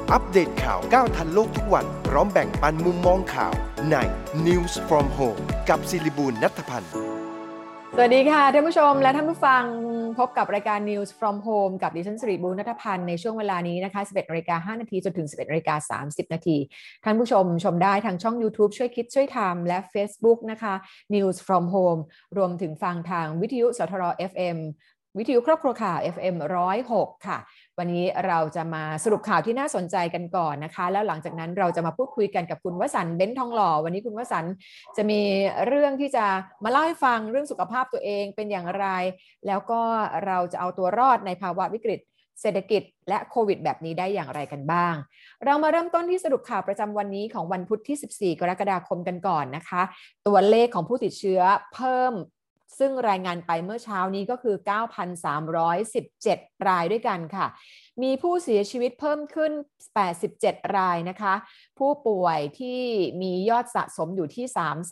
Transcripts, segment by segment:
อัปเดตข่าวก้าวทันโลกทุกวันพร้อมแบ่งปันมุมมองข่าวใน News from Home กับศิริบูลย์ ณัฐพันธ์สวัสดีค่ะท่านผู้ชมและท่านผู้ฟังพบกับรายการ News from Home กับดิฉันศิริบูลย์ ณัฐพันธ์ในช่วงเวลานี้นะคะ 11:05 น.จนถึง 11:30 น.ท่านผู้ชมชมได้ทางช่อง YouTube ช่วยคิดช่วยทำและ Facebook นะคะ News from Home รวมถึงฟังทางวิทยุสทร FM วิทยุครอบครัวข่าว FM 106 ค่ะวันนี้เราจะมาสรุปข่าวที่น่าสนใจกันก่อนนะคะแล้วหลังจากนั้นเราจะมาพูดคุยกันกับคุณวสันต์ เบ้นทองหล่อวันนี้คุณวสันต์จะมีเรื่องที่จะมาเล่าให้ฟังเรื่องสุขภาพตัวเองเป็นอย่างไรแล้วก็เราจะเอาตัวรอดในภาวะวิกฤตเศรษฐกิจและโควิดแบบนี้ได้อย่างไรกันบ้างเรามาเริ่มต้นที่สรุปข่าวประจำวันนี้ของวันพุธที่14 กรกฎาคมกันก่อนนะคะตัวเลขของผู้ติดเชื้อเพิ่มซึ่งรายงานไปเมื่อเช้านี้ก็คือ 9,317 รายด้วยกันค่ะมีผู้เสียชีวิตเพิ่มขึ้น87 รายนะคะผู้ป่วยที่มียอดสะสมอยู่ที่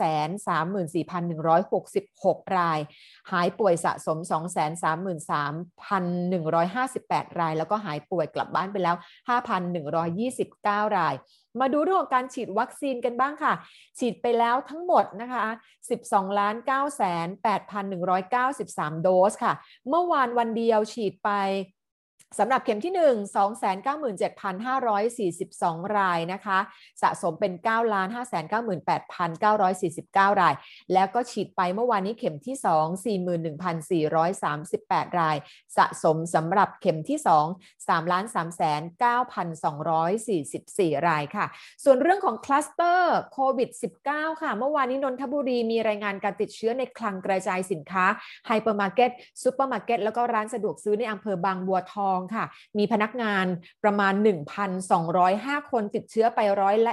334,166 รายหายป่วยสะสม 233,158 รายแล้วก็หายป่วยกลับบ้านไปแล้ว 5,129 รายมาดูเรื่องของการฉีดวัคซีนกันบ้างค่ะฉีดไปแล้วทั้งหมดนะคะ 12,908,193 โดสค่ะเมื่อวานวันเดียวฉีดไปสำหรับเข็มที่ 1 297,542 รายนะคะสะสมเป็น 9,598,949 รายแล้วก็ฉีดไปเมื่อวานนี้เข็มที่ 2 41,438 รายสะสมสำหรับเข็มที่ 2 3,309,244 รายค่ะส่วนเรื่องของคลัสเตอร์โควิด -19 ค่ะเมื่อวานนี้นนทบุรีมีรายงานการติดเชื้อในคลังกระจายสินค้าไฮเปอร์มาร์เก็ตซุปเปอร์มาร์เก็ตแล้วก็ร้านสะดวกซื้อในอำเภอบางบัวทองค่ะมีพนักงานประมาณ 1,205 คนติดเชื้อไป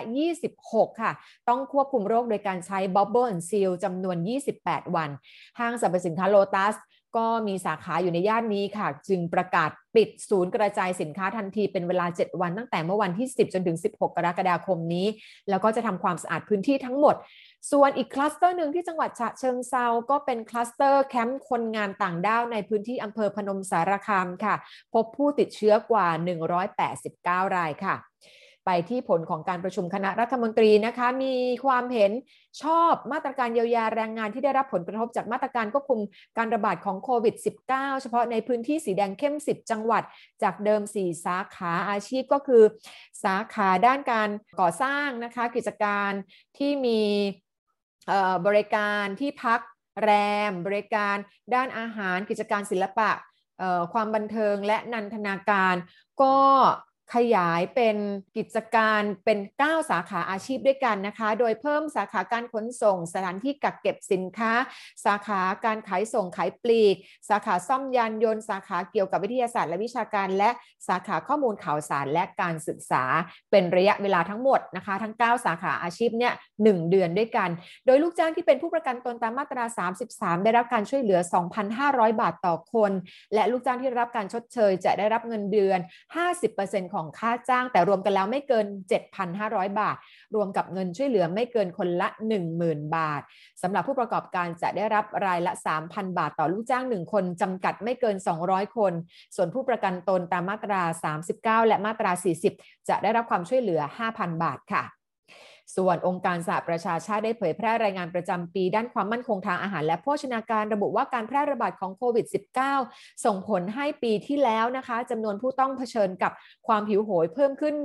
26%ค่ะต้องควบคุมโรคโดยการใช้ Bubble and Seal จำนวน28 วันห้างสรรพสินค้าโลตัสก็มีสาขาอยู่ในย่านนี้ค่ะจึงประกาศปิดศูนย์กระจายสินค้าทันทีเป็นเวลา7 วันตั้งแต่เมื่อวันที่10จนถึง16 กรกฎาคมนี้แล้วก็จะทำความสะอาดพื้นที่ทั้งหมดส่วนอีกคลัสเตอร์หนึ่งที่จังหวัดฉะเชิงเทราก็เป็นคลัสเตอร์แคมป์คนงานต่างด้าวในพื้นที่อำเภอพนมสารคามค่ะพบผู้ติดเชื้อกว่า189 รายค่ะไปที่ผลของการประชุมคณะรัฐมนตรีนะคะมีความเห็นชอบมาตรการเยียวยาแรงงานที่ได้รับผลกระทบจากมาตรการควบคุมการระบาดของโควิด -19 เฉพาะในพื้นที่สีแดงเข้ม10 จังหวัดจากเดิม4 สาขาอาชีพก็คือสาขาด้านการก่อสร้างนะคะกิจการที่มีบริการที่พักแรมบริการด้านอาหารกิจการศิลปะความบันเทิงและนันทนาการก็ขยายเป็นกิจการเป็น9 สาขาอาชีพด้วยกันนะคะโดยเพิ่มสาขาการขนส่งสถานที่กักเก็บสินค้าสาขาการขายส่งขายปลีกสาขาซ่อมยานยนต์สาขาเกี่ยวกับวิทยาศาสตร์และวิชาการและสาขาข้อมูลข่าวสารและการศึกษาเป็นระยะเวลาทั้งหมดนะคะทั้ง9 สาขาอาชีพเนี่ย1 เดือนด้วยกันโดยลูกจ้างที่เป็นผู้ประกันตนตามมาตรา33ได้รับการช่วยเหลือ 2,500 บาทต่อคนและลูกจ้างที่ได้รับการชดเชยจะได้รับเงินเดือน 50% ของค่าจ้างแต่รวมกันแล้วไม่เกิน 7,500 บาทรวมกับเงินช่วยเหลือไม่เกินคนละ 10,000 บาทสำหรับผู้ประกอบการจะได้รับรายละ 3,000 บาทต่อลูกจ้าง1คนจำกัดไม่เกิน200คนส่วนผู้ประกันตนตามมาตรา39และมาตรา40จะได้รับความช่วยเหลือ 5,000 บาทค่ะส่วนองค์การสหประชาชาติได้เผยแพร่รายงานประจำปีด้านความมั่นคงทางอาหารและโภชนาการระบุว่าการแพร่ระบาดของโควิด -19 ส่งผลให้ปีที่แล้วนะคะจำนวนผู้ต้องเผชิญกับความหิวโหยเพิ่มขึ้น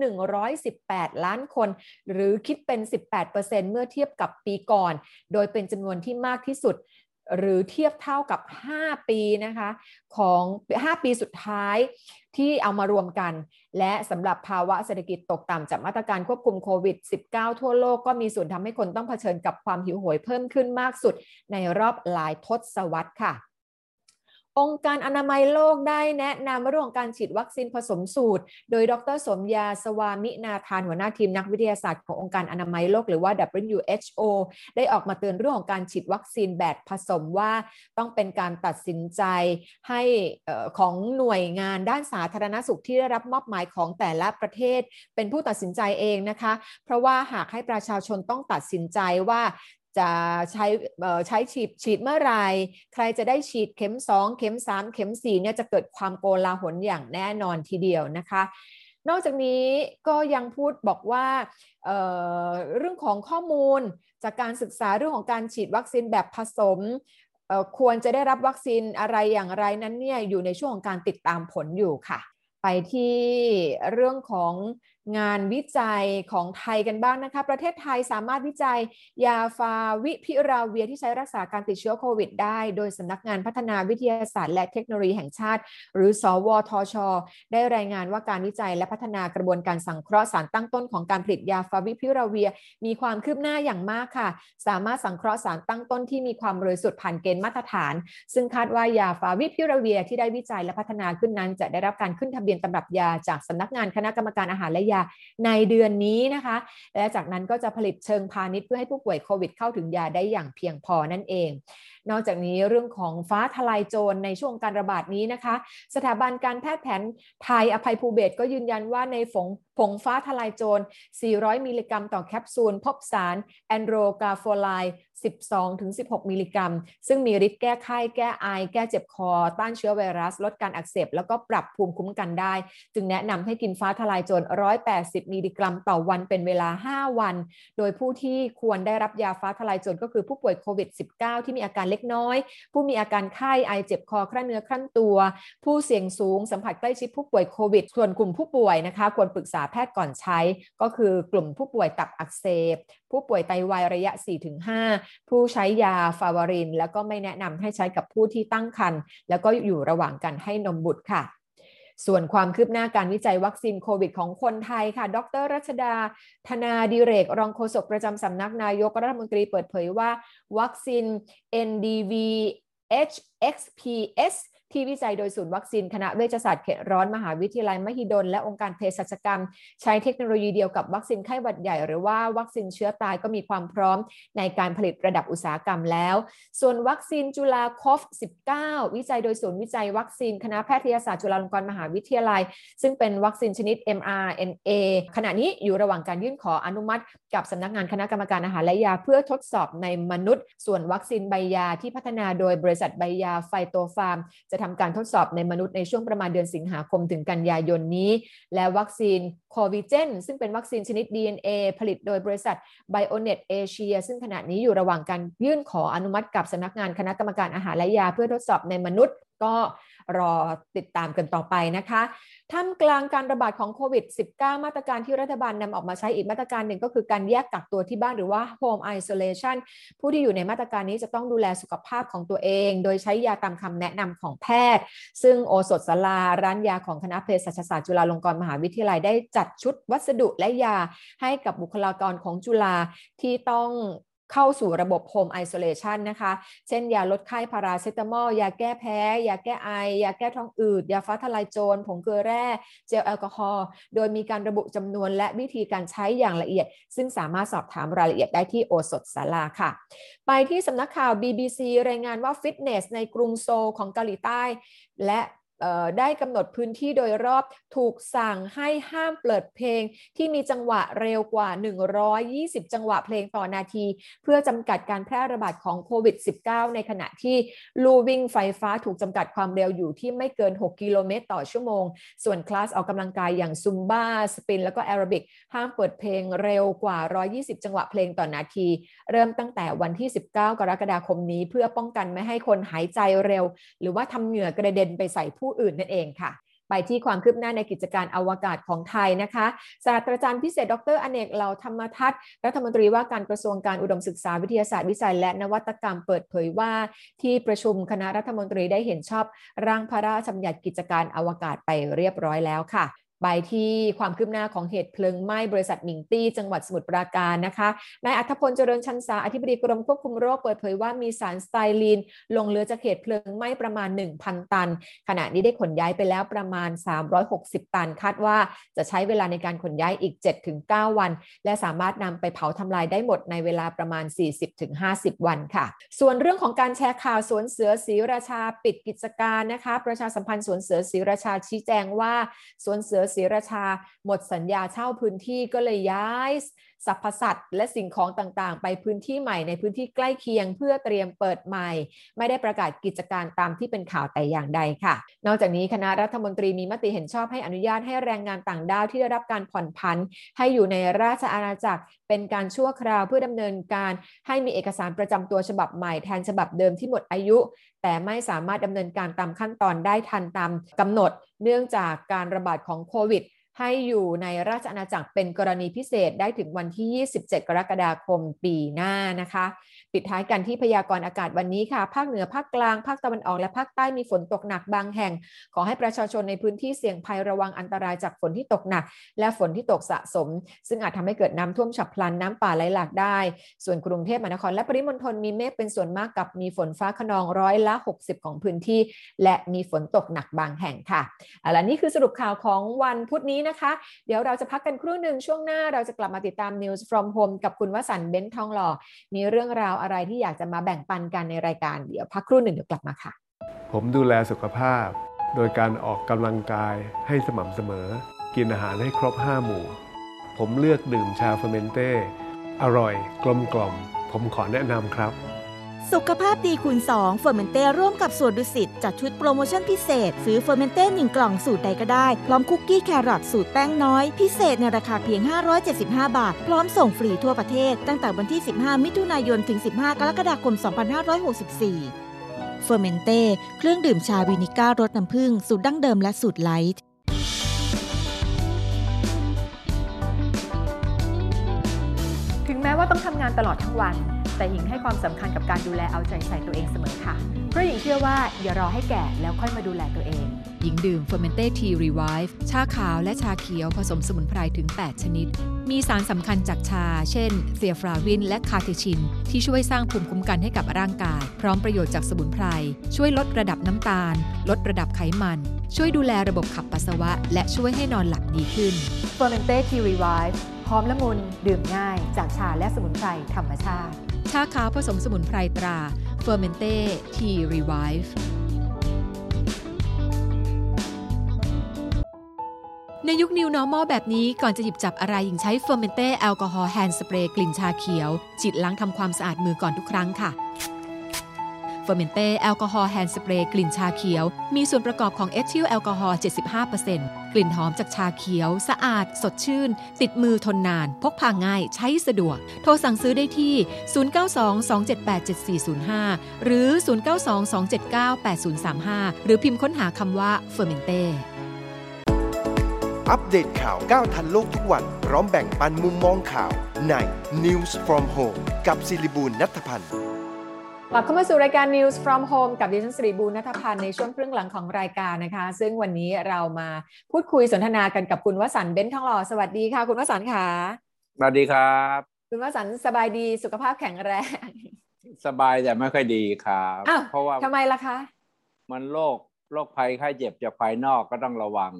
118 ล้านคนหรือคิดเป็น 18% เมื่อเทียบกับปีก่อนโดยเป็นจำนวนที่มากที่สุดหรือเทียบเท่ากับ5 ปีนะคะของ5 ปีสุดท้ายที่เอามารวมกันและสำหรับภาวะเศรษฐกิจตกต่ำจากมาตรการควบคุมโควิด -19 ทั่วโลกก็มีส่วนทำให้คนต้องเผชิญกับความหิวโหยเพิ่มขึ้นมากสุดในรอบหลายทศวรรษค่ะองค์การอนามัยโลกได้แนะนำเรื่องของการฉีดวัคซีนผสมสูตรโดยดร.สมยา สวามินาธานหัวหน้าทีมนักวิทยาศาสตร์ขององค์การอนามัยโลกหรือว่า WHO ได้ออกมาเตือนเรื่องของการฉีดวัคซีนแบบผสมว่าต้องเป็นการตัดสินใจให้ของหน่วยงานด้านสาธารณสุขที่ได้รับมอบหมายของแต่ละประเทศเป็นผู้ตัดสินใจเองนะคะเพราะว่าหากให้ประชาชนต้องตัดสินใจว่าจะใช้ฉีดเมื่อไรใครจะได้ฉีดเข็ม2เข็ม3เข็ม4เนี่ยจะเกิดความโกลาหลอย่างแน่นอนทีเดียวนะคะนอกจากนี้ก็ยังพูดบอกว่าเรื่องของข้อมูลจากการศึกษาเรื่องของการฉีดวัคซีนแบบผสมควรจะได้รับวัคซีนอะไรอย่างไรนั้นเนี่ยอยู่ในช่วงของการติดตามผลอยู่ค่ะไปที่เรื่องของงานวิจัยของไทยกันบ้างนะคะประเทศไทยสามารถวิจัยยาฟาวิพิราเวียที่ใช้รักษาการติดเชื้อโควิดได้โดยสำนักงานพัฒนาวิทยาศาสตร์และเทคโนโลยีแห่งชาติหรือสวทช.ได้รายงานว่าการวิจัยและพัฒนากระบวนการสังเคราะห์สารตั้งต้นของการผลิตยาฟาวิพิราเวียมีความคืบหน้าอย่างมากค่ะสามารถสังเคราะห์สารตั้งต้นที่มีความบริสุทธิ์ผ่านเกณฑ์มาตรฐานซึ่งคาดว่ายาฟาวิพิราเวียที่ได้วิจัยและพัฒนาขึ้นนั้นจะได้รับการขึ้นทะเบียนตำรับยาจากสำนักงานคณะกรรมการอาหารและยาในเดือนนี้นะคะและจากนั้นก็จะผลิตเชิงพาณิชย์เพื่อให้ผู้ป่วยโควิดเข้าถึงยาได้อย่างเพียงพอนั่นเองนอกจากนี้เรื่องของฟ้าทลายโจรในช่วงการระบาดนี้นะคะสถาบันการแพทย์แผนไทยอภัยภูเบศรก็ยืนยันว่าในผงฟ้าทลายโจร400มิลลิกรัมต่อแคปซูลพบสารแอนโดรกาโฟไลด์12-16มิลลิกรัมซึ่งมีฤทธิ์แก้ไข้แก้ไอแก้เจ็บคอต้านเชื้อไวรัสลดการอักเสบแล้วก็ปรับภูมิคุ้มกันได้จึงแนะนำให้กินฟ้าทลายโจร180มิลลิกรัมต่อวันเป็นเวลา5วันโดยผู้ที่ควรได้รับยาฟ้าทลายโจรก็คือผู้ป่วยโควิด -19 ที่มีอาการเล็กน้อยผู้มีอาการไข้ไอเจ็บคอครั่นเนื้อครั่นตัวผู้เสี่ยงสูงสัมผัสใกล้ชิดผู้ป่วยโควิดส่วนกลุ่มผู้ป่วยนะคะควรปรึกษาแพทย์ก่อนใช้ก็คือกลุ่มผู้ป่วยตับอักเสบผู้ป่วยไตวายระยะ 4-5 ผู้ใช้ยาฟาวารินแล้วก็ไม่แนะนำให้ใช้กับผู้ที่ตั้งครรภ์แล้วก็อยู่ระหว่างการให้นมบุตรค่ะส่วนความคืบหน้าการวิจัยวัคซีนโควิดของคนไทยค่ะดร.รัชดาธนาดิเรกรองโฆษกประจำสำนักนายกรัฐมนตรีเปิดเผยว่าวัคซีน NDV-HXPS ที่วิจัยโดยศูนย์วัคซีนคณะเวชศาสตร์เขตร้อนมหาวิทยาลัยมหิดลและองค์การเภสัชกรรมใช้เทคโนโลยีเดียวกับวัคซีนไข้หวัดใหญ่หรือว่าวัคซีนเชื้อตายก็มีความพร้อมในการผลิตระดับอุตสาหกรรมแล้วส่วนวัคซีนจุฬาโคฟ19วิจัยโดยศูนย์วิจัยวัคซีนคณะแพทยศาสตร์จุฬาลงกรณ์มหาวิทยาลัยซึ่งเป็นวัคซีนชนิด mRNA ขณะนี้อยู่ระหว่างการยื่นขออนุมัติกับสำนักงานคณะกรรมการอาหารและยาเพื่อทดสอบในมนุษย์ส่วนวัคซีนใบยาที่พัฒนาโดยบริษัทใบยาไฟโตฟาร์มจะทำการทดสอบในมนุษย์ในช่วงประมาณเดือนสิงหาคมถึงกันยายนนี้และวัคซีนโควิเจนซึ่งเป็นวัคซีนชนิด DNA ผลิตโดยบริษัท Bionet Asia ซึ่งขณะนี้อยู่ระหว่างการยื่นขออนุมัติกับสำนักงานคณะกรรมการอาหารและยาเพื่อทดสอบในมนุษย์ก็รอติดตามกันต่อไปนะคะท่ามกลางการระบาดของโควิด -19 มาตรการที่รัฐบาลนำออกมาใช้อีกมาตรการหนึ่งก็คือการแยกกักตัวที่บ้านหรือว่า Home Isolation ผู้ที่อยู่ในมาตรการนี้จะต้องดูแลสุขภาพของตัวเองโดยใช้ยาตามคำแนะนำของแพทย์ซึ่งโอสถศาลาร้านยาของคณะเภสัชศาสตร์จุฬาลงกรณ์มหาวิทยาลัยได้จัดชุดวัสดุและยาให้กับบุคลากรของจุฬาที่ต้องเข้าสู่ระบบ Home Isolation นะคะเช่นยาลดไข้พาราเซตามอลยาแก้แพ้ยาแก้ไอยาแก้ท้องอืดยาฟ้าทลายโจรผงเกลือแร่เจลแอลกอฮอล์โดยมีการระบุจำนวนและวิธีการใช้อย่างละเอียดซึ่งสามารถสอบถามรายละเอียดได้ที่โอสถศาลาค่ะไปที่สำนักข่าว BBC รายงานว่าฟิตเนสในกรุงโซลของเกาหลีใต้และได้กำหนดพื้นที่โดยรอบถูกสั่งให้ห้ามเปิดเพลงที่มีจังหวะเร็วกว่า120จังหวะเพลงต่อนาทีเพื่อจำกัดการแพร่ระบาดของโควิด -19 ในขณะที่ลู่วิ่งไฟฟ้าถูกจำกัดความเร็วอยู่ที่ไม่เกิน6กิโลเมตรต่อชั่วโมงส่วนคลาสออกกำลังกายอย่างซุมบ้าสปินแล้วก็แอโรบิกห้ามเปิดเพลงเร็วกว่า120จังหวะเพลงต่อนาทีเริ่มตั้งแต่วันที่19กรกฎาคมนี้เพื่อป้องกันไม่ให้คนหายใจเร็วหรือว่าทำเหงื่อกระเด็นไปใส่ผู้อื่นนั่นเองค่ะไปที่ความคืบหน้าในกิจการอวกาศของไทยนะคะศาสตราจารย์พิเศษดร.อเนกเหล่าธรรมทัศน์รัฐมนตรีว่าการกระทรวงการอุดมศึกษาวิทยาศาสตร์วิจัยและนวัตกรรมเปิดเผยว่าที่ประชุมคณะรัฐมนตรีได้เห็นชอบร่างพระราชบัญญัติกิจการอวกาศไปเรียบร้อยแล้วค่ะไปที่ความคืบหน้าของเหตุเพลิงไหม้บริษัทหมิงตี้จังหวัดสมุทรปราการนะคะนายอัธพลเจริญชันษาอธิบดีกรมควบคุมโรคเปิดเผยว่ามีสารสไตรีนหลงเหลือจากเหตุเพลิงไหม้ประมาณ 1,000 ตันขณะนี้ได้ขนย้ายไปแล้วประมาณ360ตันคาดว่าจะใช้เวลาในการขนย้ายอีก 7-9 วันและสามารถนำไปเผาทำลายได้หมดในเวลาประมาณ 40-50 วันค่ะส่วนเรื่องของการแชร์ข่าวสวนเสือศรีราชาปิดกิจการนะคะประชาสัมพันธ์สวนเสือศรีราชาชี้แจงว่าสวนเสือศรีราชาหมดสัญญาเช่าพื้นที่ก็เลยย้ายสรรพสัตว์และสิ่งของต่างๆไปพื้นที่ใหม่ในพื้นที่ใกล้เคียงเพื่อเตรียมเปิดใหม่ไม่ได้ประกาศกิจการตามที่เป็นข่าวแต่อย่างใดค่ะนอกจากนี้คณะรัฐมนตรีมีมติเห็นชอบให้อนุญาตให้แรงงานต่างด้าวที่ได้รับการผ่อนผันให้อยู่ในราชอาณาจักรเป็นการชั่วคราวเพื่อดำเนินการให้มีเอกสารประจำตัวฉบับใหม่แทนฉบับเดิมที่หมดอายุแต่ไม่สามารถดำเนินการตามขั้นตอนได้ทันตามกำหนดเนื่องจากการระบาดของโควิดให้อยู่ในราชอาณาจักรเป็นกรณีพิเศษได้ถึงวันที่27กรกฎาคมปีหน้านะคะปิดท้ายกันที่พยากรณ์อากาศวันนี้ค่ะภาคเหนือภาคกลางภาคตะวันออกและภาคใต้มีฝนตกหนักบางแห่งขอให้ประชาชนในพื้นที่เสี่ยงภัยระวังอันตรายจากฝนที่ตกหนักและฝนที่ตกสะสมซึ่งอาจทำให้เกิดน้ำท่วมฉับพลันน้ำป่าไหลหลากได้ส่วนกรุงเทพมหานครและปริมณฑลมีเมฆเป็นส่วนมากกับมีฝนฟ้าคะนอง60%ของพื้นที่และมีฝนตกหนักบางแห่งค่ะและนี่คือสรุปข่าวของวันพุธนี้นะคะเดี๋ยวเราจะพักกันครู่หนึ่งช่วงหน้าเราจะกลับมาติดตาม News from Home กับคุณวสันต์ เบ้นทองหล่อมีเรื่องราวอะไรที่อยากจะมาแบ่งปันกันในรายการเดี๋ยวพักครู่หนึ่งเดี๋ยวกลับมาค่ะผมดูแลสุขภาพโดยการออกกำลังกายให้สม่ำเสมอกินอาหารให้ครบ5หมู่ผมเลือกดื่มชาเฟอร์เมนเต้อร่อยกลมกล่อมผมขอแนะนำครับสุขภาพดีคูณ2เฟอร์เมนเต้ร่วมกับสวนดุสิตจัดชุดโปรโมชั่นพิเศษซื้อเฟอร์เมนเต้1กล่องสูตรใดก็ได้พร้อมคุกกี้แครอทสูตรแป้งน้อยพิเศษในราคาเพียง575 บาทพร้อมส่งฟรีทั่วประเทศตั้งแต่วันที่15มิถุนายนถึง15กรกฎาคม2564เฟอร์เมนเต้เครื่องดื่มชาวินิก้ารสน้ำผึ้งสูตรดั้งเดิมและสูตรไลท์ถึงแม้ว่าต้องทำงานตลอดทั้งวันแต่หญิงให้ความสำคัญกับการดูแลเอาใจใส่ตัวเองเสมอค่ะเพราะหญิงเชื่อว่าอย่ารอให้แก่แล้วค่อยมาดูแลตัวเองหญิงดื่ม Fermenté Tea Revive ชาขาวและชาเขียวผสมสมุนไพรถึง8ชนิดมีสารสำคัญจากชาเช่นเซียฟลาวินและคาเทชินที่ช่วยสร้างภูมิคุ้มกันให้กับร่างกายพร้อมประโยชน์จากสมุนไพรช่วยลดระดับน้ำตาลลดระดับไขมันช่วยดูแลระบบขับปัสสาวะและช่วยให้นอนหลับดีขึ้น Fermenté Tea Revive หอมละมุนดื่มง่ายจากชาและสมุนไพรธรรมชาติชาขาวผสมสมุนไพรตรา Fermenté Tea Revive ในยุค New Normal แบบนี้ก่อนจะหยิบจับอะไรหญิงใช้ Fermenté แอลกอฮอล์แฮนด์สเปรย์กลิ่นชาเขียวฉีดล้างทำความสะอาดมือก่อนทุกครั้งค่ะFermenté แอลกอฮอล์แฮนด์สเปรย์กลิ่นชาเขียวมีส่วนประกอบของเอทิลแอลกอฮอล์ 75% กลิ่นหอมจากชาเขียวสะอาดสดชื่นติดมือทนนานพกพาง่ายใช้สะดวกโทรสั่งซื้อได้ที่ 0922787405 หรือ 0922798035 หรือพิมพ์ค้นหาคำว่า Fermenté อัปเดตข่าวก้าวทันโลกทุกวันพร้อมแบ่งปันมุมมองข่าวใน News from Home กับศิริบูลย์ ณัฐพันธ์กลับเข้ามาสู่รายการ News from Home กับดิฉันศิริบูลย์ ณัฐพันธ์ในช่วงครึ่งหลังของรายการนะคะซึ่งวันนี้เรามาพูดคุยสนทนากันกับคุณวสันต์ เบ้นทองหล่อสวัสดีค่ะคุณวสันต์ค่ะสวัสดีครับคุณวสันต์สบายดีสุขภาพแข็งแรงสบายแต่ไม่ค่อยดีครับเพราะว่าทำไมล่ะคะมันโรคภัยไข้เจ็บจากภายนอกก็ต้องระวัง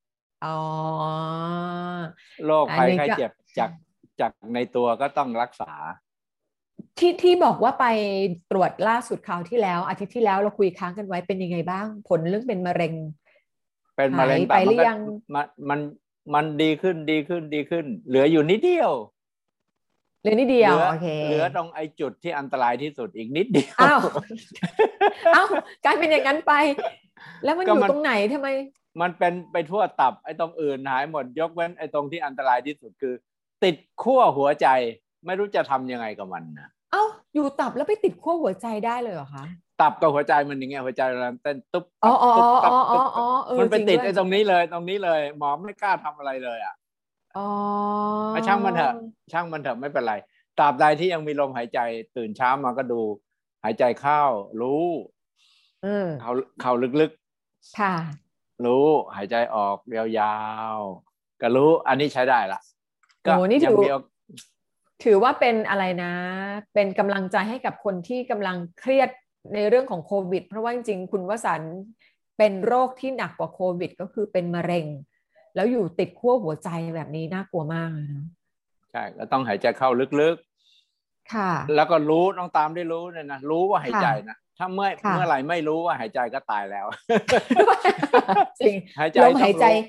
โรคภัยไข้เจ็บจากในตัวก็ต้องรักษาที่บอกว่าไปตรวจล่าสุดคราวที่แล้วอาทิตย์ที่แล้วเราคุยค้างกันไว้เป็นยังไงบ้างผลเรื่องเป็นมะเร็งไปหรือยังมันดีขึ้นเหลืออยู่นิดเดียวโอเคเหลือตรงไอ้จุดที่อันตรายที่สุดอีกนิดเดียวอ้าวกลายเป็นอย่างนั้นไปแล้วมันอยู่ตรงไหนทำไมมันเป็นไปทั่วตับไอ้ตรงอื่นหายหมดยกเว้นไอ้ตรงที่อันตรายที่สุดคือติดขั้วหัวใจไม่รู้จะทำยังไงกับมันนะอยู่ตับแล้วไปติดขั้วหัวใจได้เลยเหรอคะตับกับหัวใจมันอย่างเงี้ยหัวใจเราเต้นตุ๊บมันไปติดไอ้ตรงนี้เลยหมอไม่กล้าทำอะไรเลยช่างมันเถอะไม่เป็นไรตราบใดที่ยังมีลมหายใจตื่นเช้ามาก็ดูหายใจเข้ารู้เข้าลึกๆค่ะรู้หายใจออกยาวๆก็รู้อันนี้ใช้ได้ละก็ยังมีถือว่าเป็นอะไรนะเป็นกำลังใจให้กับคนที่กำลังเครียดในเรื่องของโควิดเพราะว่าจริงๆคุณวสันต์เป็นโรคที่หนักกว่าโควิดก็คือเป็นมะเร็งแล้วอยู่ติดขั้วหัวใจแบบนี้น่ากลัวมากนะใช่ก็ต้องหายใจเข้าลึกๆค่ะแล้วก็รู้ต้องตามได้รู้เนี่ยนะรู้ว่าหายใจนะถ้าเมื่อไหร่ไม่รู้ว่าหายใจก็ตายแล้วจริงลมหายใจ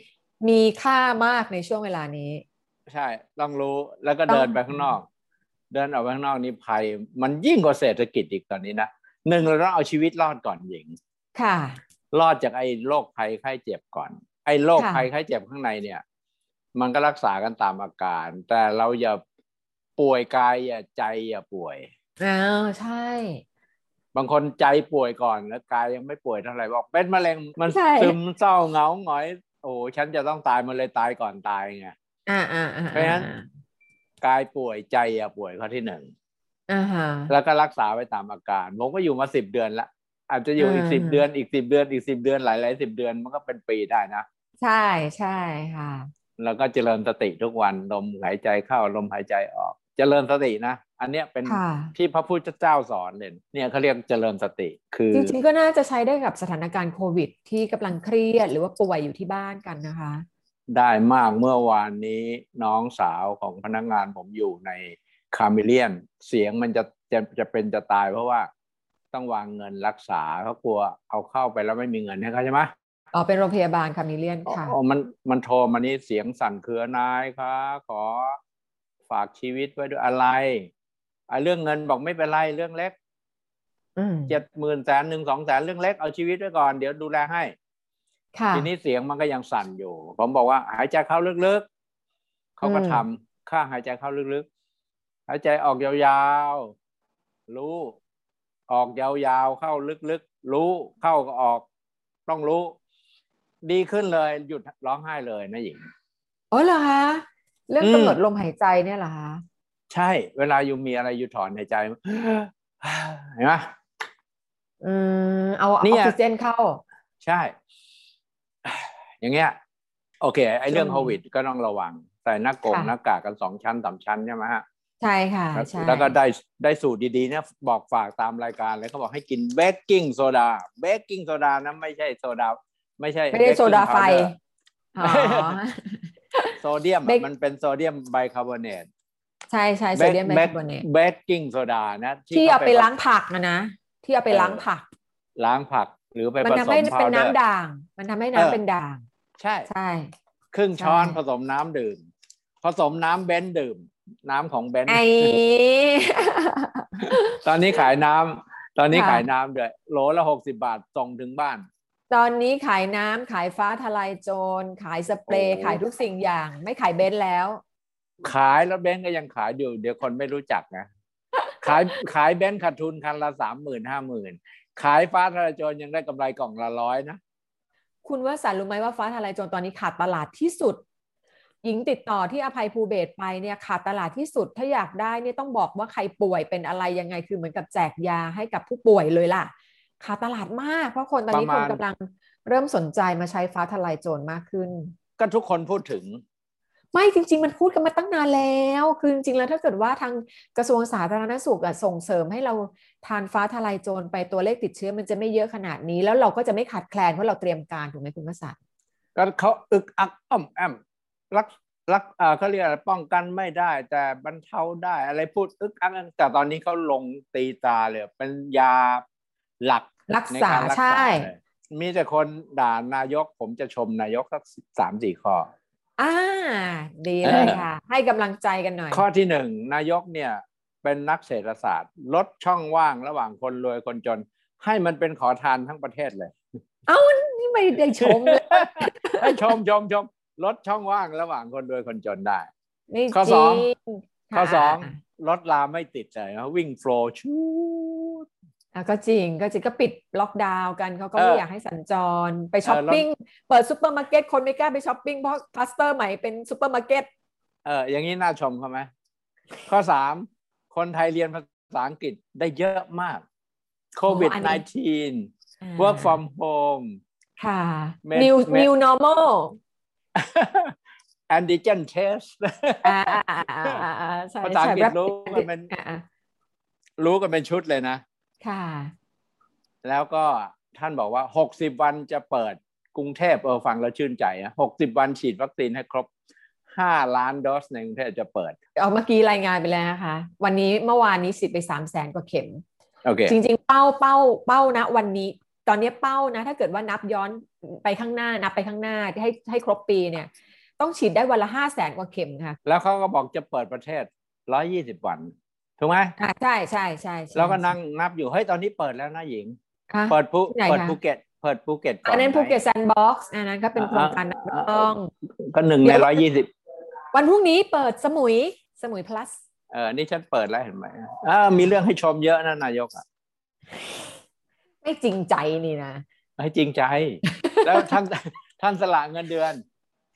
มีค่ามากในช่วงเวลานี้ใช่ต้องรู้แล้วก็เดินไปข้างนอกเดินออกไปข้างนอกนี่ภัยมันยิ่งกว่าเศรษฐกิจอีกตอนนี้นะหนึ่งเราต้องเอาชีวิตรอดก่อนหญิงค่ะรอดจากไอ้โรคภัยไข้เจ็บก่อนไอ้โรคภัยไข้เจ็บข้างในเนี่ยมันก็รักษากันตามอาการแต่เราอย่าป่วยกายอย่าใจอย่าป่วยใช่บางคนใจป่วยก่อนแล้วกายยังไม่ป่วยเท่าไหร่บอกเป็นมะเร็งมันซึมเศร้าเหงาหงอยโอ้ฉันจะต้องตายมันเลยตายก่อนตายไงเพราะฉะนั้นกายป่วยใจอย่าป่วยข้อที่หนึ่งแล้วก็รักษาไปตามอาการผมก็อยู่มา10 เดือนละอาจจะอยู่อีก10 เดือนอีก10 เดือนอีก10 เดือนหลาย10 เดือนมันก็เป็นปีได้นะใช่ใช่ค่ะแล้วก็เจริญสติทุกวันลมหายใจเข้าลมหายใจออกเจริญสตินะอันเนี้ยเป็นที่พระพุทธเจ้าสอนเลยเนี่ยเขาเรียกเจริญสติคือจริงๆก็น่าจะใช้ได้กับสถานการณ์โควิดที่กำลังเครียดหรือว่าป่วยอยู่ที่บ้านกันนะคะได้มากเมื่อวานนี้น้องสาวของพนักงานผมอยู่ในคาเมเลียนเสียงมันจะเป็นจะตายเพราะว่าต้องวางเงินรักษาเขากลัวเอาเข้าไปแล้วไม่มีเงินให้เขาใช่ไหมเป็นโรงพยาบาลคาเมเลียนค่ะมันโทรมานี่เสียงสั่นเครือนายคะขอฝากชีวิตไว้ด้วยอะไรเรื่องเงินบอกไม่เป็นไรเรื่องเล็ก70,000 100,000 200,000เรื่องเล็กเอาชีวิตไว้ก่อนเดี๋ยวดูแลให้ทีนี้เสียงมันก็ยังสั่นอยู่ผมบอกว่าหายใจเข้าลึกๆเขาก็ทำค่าหายใจเข้าลึกๆหายใจออกยาวๆรู้ออกยาวๆเข้าลึกๆรู้เข้าก็ออกต้องรู้ดีขึ้นเลยหยุดร้องไห้เลยนะหญิงเหรอคะเรื่องกำหนดลมหายใจเนี่ยเหรอคะใช่เวลาอยู่มีอะไรอยู่ถอนหายใจเห็นไหมเอาออกซิเจนเข้าใช่อย่างเงี้ยโอเคไอ้เรื่องโควิดก็ต้องระวังใส่หน้ากากกัน2 ชั้น3 ชั้นใช่ไหมฮะใช่ค่ะใช่แล้วก็ได้สูตรดีๆเนี่ยบอกฝากตามรายการเลยเขาบอกให้กินเบกกิ้งโซดานะไม่ใช่โซดาไม่ได้โซดาไฟโซเดียมมันเป็นโซเดียมไบคาร์บอเนตใช่โซเดียมไบคาร์บอเนตเบกกิ้งโซดานะที่เอาไปล้างผักนะที่เอาไปล้างผักหรือไปผสมมันทำให้เป็นน้ำด่างมันทำให้น้ำเป็นด่างใช่ครึ่งช้อนผสมน้ำดื่มผสมน้ำเบนซ์ดื่มน้ำของเบนซ์ตอนนี้ขายน้ำด้วยโหลละ60 บาทส่งถึงบ้านตอนนี้ขายน้ำขายฟ้าทลายโจรขายสเปรย์ขายทุกสิ่งอย่างไม่ขายเบนซ์แล้วขายแล้วเบนซ์ก็ยังขายอยู่เดี๋ยวคนไม่รู้จักนะขายเบนซ์ขาดทุนคันละ 30,000 50,000ขายฟ้าทลายโจรยังได้กำไรกล่องละ100นะคุณวสันต์รู้ไหมว่าฟ้าทลายโจรตอนนี้ขาดตลาดที่สุดหญิงติดต่อที่อภัยภูเบศไปเนี่ยขาดตลาดที่สุดถ้าอยากได้เนี่ยต้องบอกว่าใครป่วยเป็นอะไรยังไงคือเหมือนกับแจกยาให้กับผู้ป่วยเลยล่ะขาดตลาดมากเพราะคนตอนนี้คนกำลังเริ่มสนใจมาใช้ฟ้าทลายโจรมากขึ้นก็ทุกคนพูดถึงไม่จริงๆมันพูดกันมาตั้งนานแล้วคือจริงๆแล้วถ้าเกิดว่าทางกระทรวงสาธารณสุขส่งเสริมให้เราทานฟ้าทลายโจรไปตัวเลขติดเชื้อมันจะไม่เยอะขนาดนี้แล้วเราก็จะไม่ขาดแคลนเพราะเราเตรียมการถูกไหมคุณวสันต์ก็เขาอึกอักอ้อมแอมรักเขาเรียกอะไรป้องกันไม่ได้แต่บรรเทาได้อะไรพูดอึกอักแต่ตอนนี้เขาลงตีตาเลยเป็นยาหลักรักษาใช่มีแต่คนด่านายกผมจะชมนายกสัก3-4 ข้อดีเลยค่ะให้กำลังใจกันหน่อยข้อที่1นายกเนี่ยเป็นนักเศรษฐศาสตร์ลดช่องว่างระหว่างคนรวยคนจนให้มันเป็นขอทานทั้งประเทศเลยนี่ไม่ได้ชมเลยให้ชมลดช่องว่างระหว่างคนรวยคนจนได้ข้อ 2รถราไม่ติดเลยนะวิ่งโฟล์ชูดก็จริงก็ปิดล็อกดาวน์กันเขาก็ไม่อยากให้สัญจรไปช้อปปิ้งเปิดซุปเปอร์มาร์เก็ตคนไม่กล้าไปช้อปปิ้งเพราะคลัสเตอร์ใหม่เป็นซุปเปอร์มาร์เก็ตอย่างนี้น่าชมเขาไหมข้อ3คนไทยเรียนภาษาอังกฤษได้เยอะมากโควิด-19 work from home ค่ะ new normal antigen test ภาษาอังกฤษรู้กันเป็นชุดเลยนะค่ะแล้วก็ท่านบอกว่า60 วันจะเปิดกรุงเทพฟังแล้วชื่นใจนะ60 วันฉีดวัคซีนให้ครบ5 ล้านโดสในกรุงเทพจะเปิดเมื่อกี้รายงานไปแล้วนะคะเมื่อวานนี้ฉีดไป300,000 กว่าเข็มโอเคจริงๆเป้านะวันนี้ตอนนี้เป้านะถ้าเกิดว่านับย้อนไปข้างหน้านับไปข้างหน้าให้ครบปีเนี่ยต้องฉีดได้วันละ 500,000 กว่าเข็มค่ะแล้วเขาก็บอกจะเปิดประเทศ120 วันถูกไหมใช่แล้วก็นั่งนับอยู่เฮ้ยตอนนี้เปิดแล้วนะหญิงเปิดภูเก็ตก่อนอันนั้นภูเก็ตแซนด์บ็อกซ์อันนั้นก็เป็นโครงการต้องก็1 ใน 120 วันพรุ่งนี้เปิดสมุย plus นี่ฉันเปิดแล้วเห็นไหมมีเรื่องให้ชมเยอะนะนายกไม่จริงใจนี่นะให้จริงใจแล้วท่านสละเงินเดือน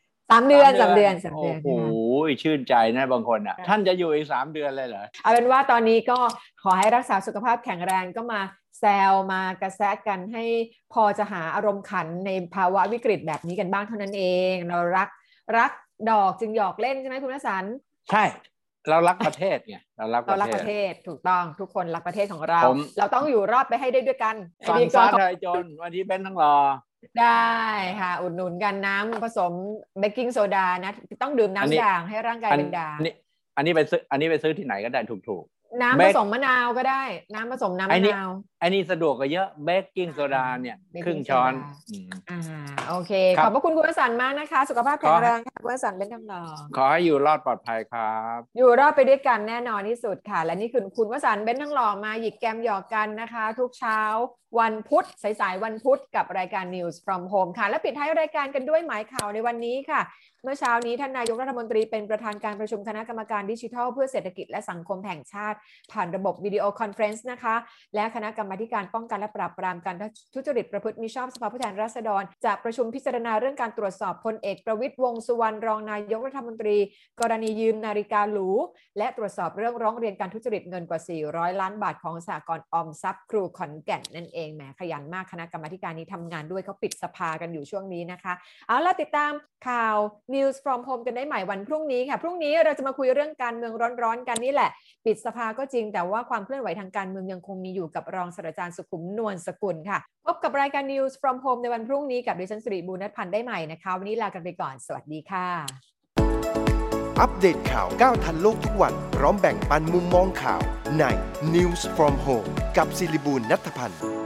3 เดือนโอ้โหชื่นใจนะบางคนท่านจะอยู่อีก3 เดือนเลยเหรอเอาเป็นว่าตอนนี้ก็ขอให้รักษาสุขภาพแข็งแรงก็มาแซวมากระแซะกันให้พอจะหาอารมณ์ขันในภาวะวิกฤตแบบนี้กันบ้างเท่านั้นเองเรารักดอกจึงหยอกเล่นใช่ไหมคุณณสันใช่เรารักประเทศไงเรารักประเทศถูกต้องทุกคนรักประเทศของเราต้องอยู่รอดไปให้ได้ด้วยกันสั่งฟ้าไทยจนวันนี้เป็นทั้งรอได้ค่ะอุดหนุนกันน้ำผสมเบกกิ้งโซดานะต้องดื่มน้ำด่างให้ร่างกายเป็นด่างอันนี้ไปซื้อที่ไหนก็ได้ถูกน้ำผสมมะนาวก็ได้น้ำผสมน้ำมะนาวอันนี้สะดวกกว่าเยอะเบกกิ้งโซดาเนี่ยครึ่งช้อนโอเคขอบพระคุณคุณวสันต์มากนะคะสุขภาพแข็งแรงค่ะคุณวสันต์เป็นทำนองขอให้อยู่รอดปลอดภัยครับอยู่รอดไปด้วยกันแน่นอนที่สุดค่ะและนี่คือคุณวสันต์เป็นทั้งหล่อมาหยิกแกมหยอกกันนะคะทุกเช้าวันพุธสายวันพุธกับรายการ News from Home ค่ะและปิดท้ายรายการกันด้วยหมายข่าวในวันนี้ค่ะเมื่อเช้านี้ท่านนายกรัฐมนตรีเป็นประธานการประชุมคณะกรรมการดิจิทัลเพื่อเศรษฐกิจและสังคมแห่งชาติผ่านระบบวิดีโอคอนเฟรนซ์นะคะและคณะกรรมาธิการป้องกันและปราบปรามการทุจริตประพฤติมิชอบสภาผู้แทนราษฎรจะประชุมพิจารณาเรื่องการตรวจสอบพลเอกประวิตรวงษ์สุวรรณรองนายกรัฐมนตรีกรณียืมนาฬิกาหรูและตรวจสอบเรื่องร้องเรียนการทุจริตเงินกว่า400 ล้านบาทของสหกรณ์ออมทรัพย์ครูขอนแก่นนั่นเองแหมขยันมากคณะกรรมาธิการนี้ทำงานด้วยเขาปิดสภากันอยู่ช่วงนี้นะคะเอาล่ะติดตามข่าว News from Home กันได้ใหม่วันพรุ่งนี้ค่ะพรุ่งนี้เราจะมาคุยเรื่องการเมืองร้อนๆกันนี่แหละปิดสภาก็จริงแต่ว่าความเคลื่อนไหวทางการเมืองยังคงมีอยู่กับรองศาสตราจารย์สุขุมนวลสกุลค่ะพบกับรายการ News from Home ในวันพรุ่งนี้กับดิฉันสิริบูรณัฐพันธ์ได้ใหม่นะคะวันนี้ลากันไปก่อนสวัสดีค่ะอัปเดตข่าวก้าวทันโลกทุกวันพร้อมแบ่งปันมุมมองข่าวใน News from Home กับสิริบูรณัฐพันธ์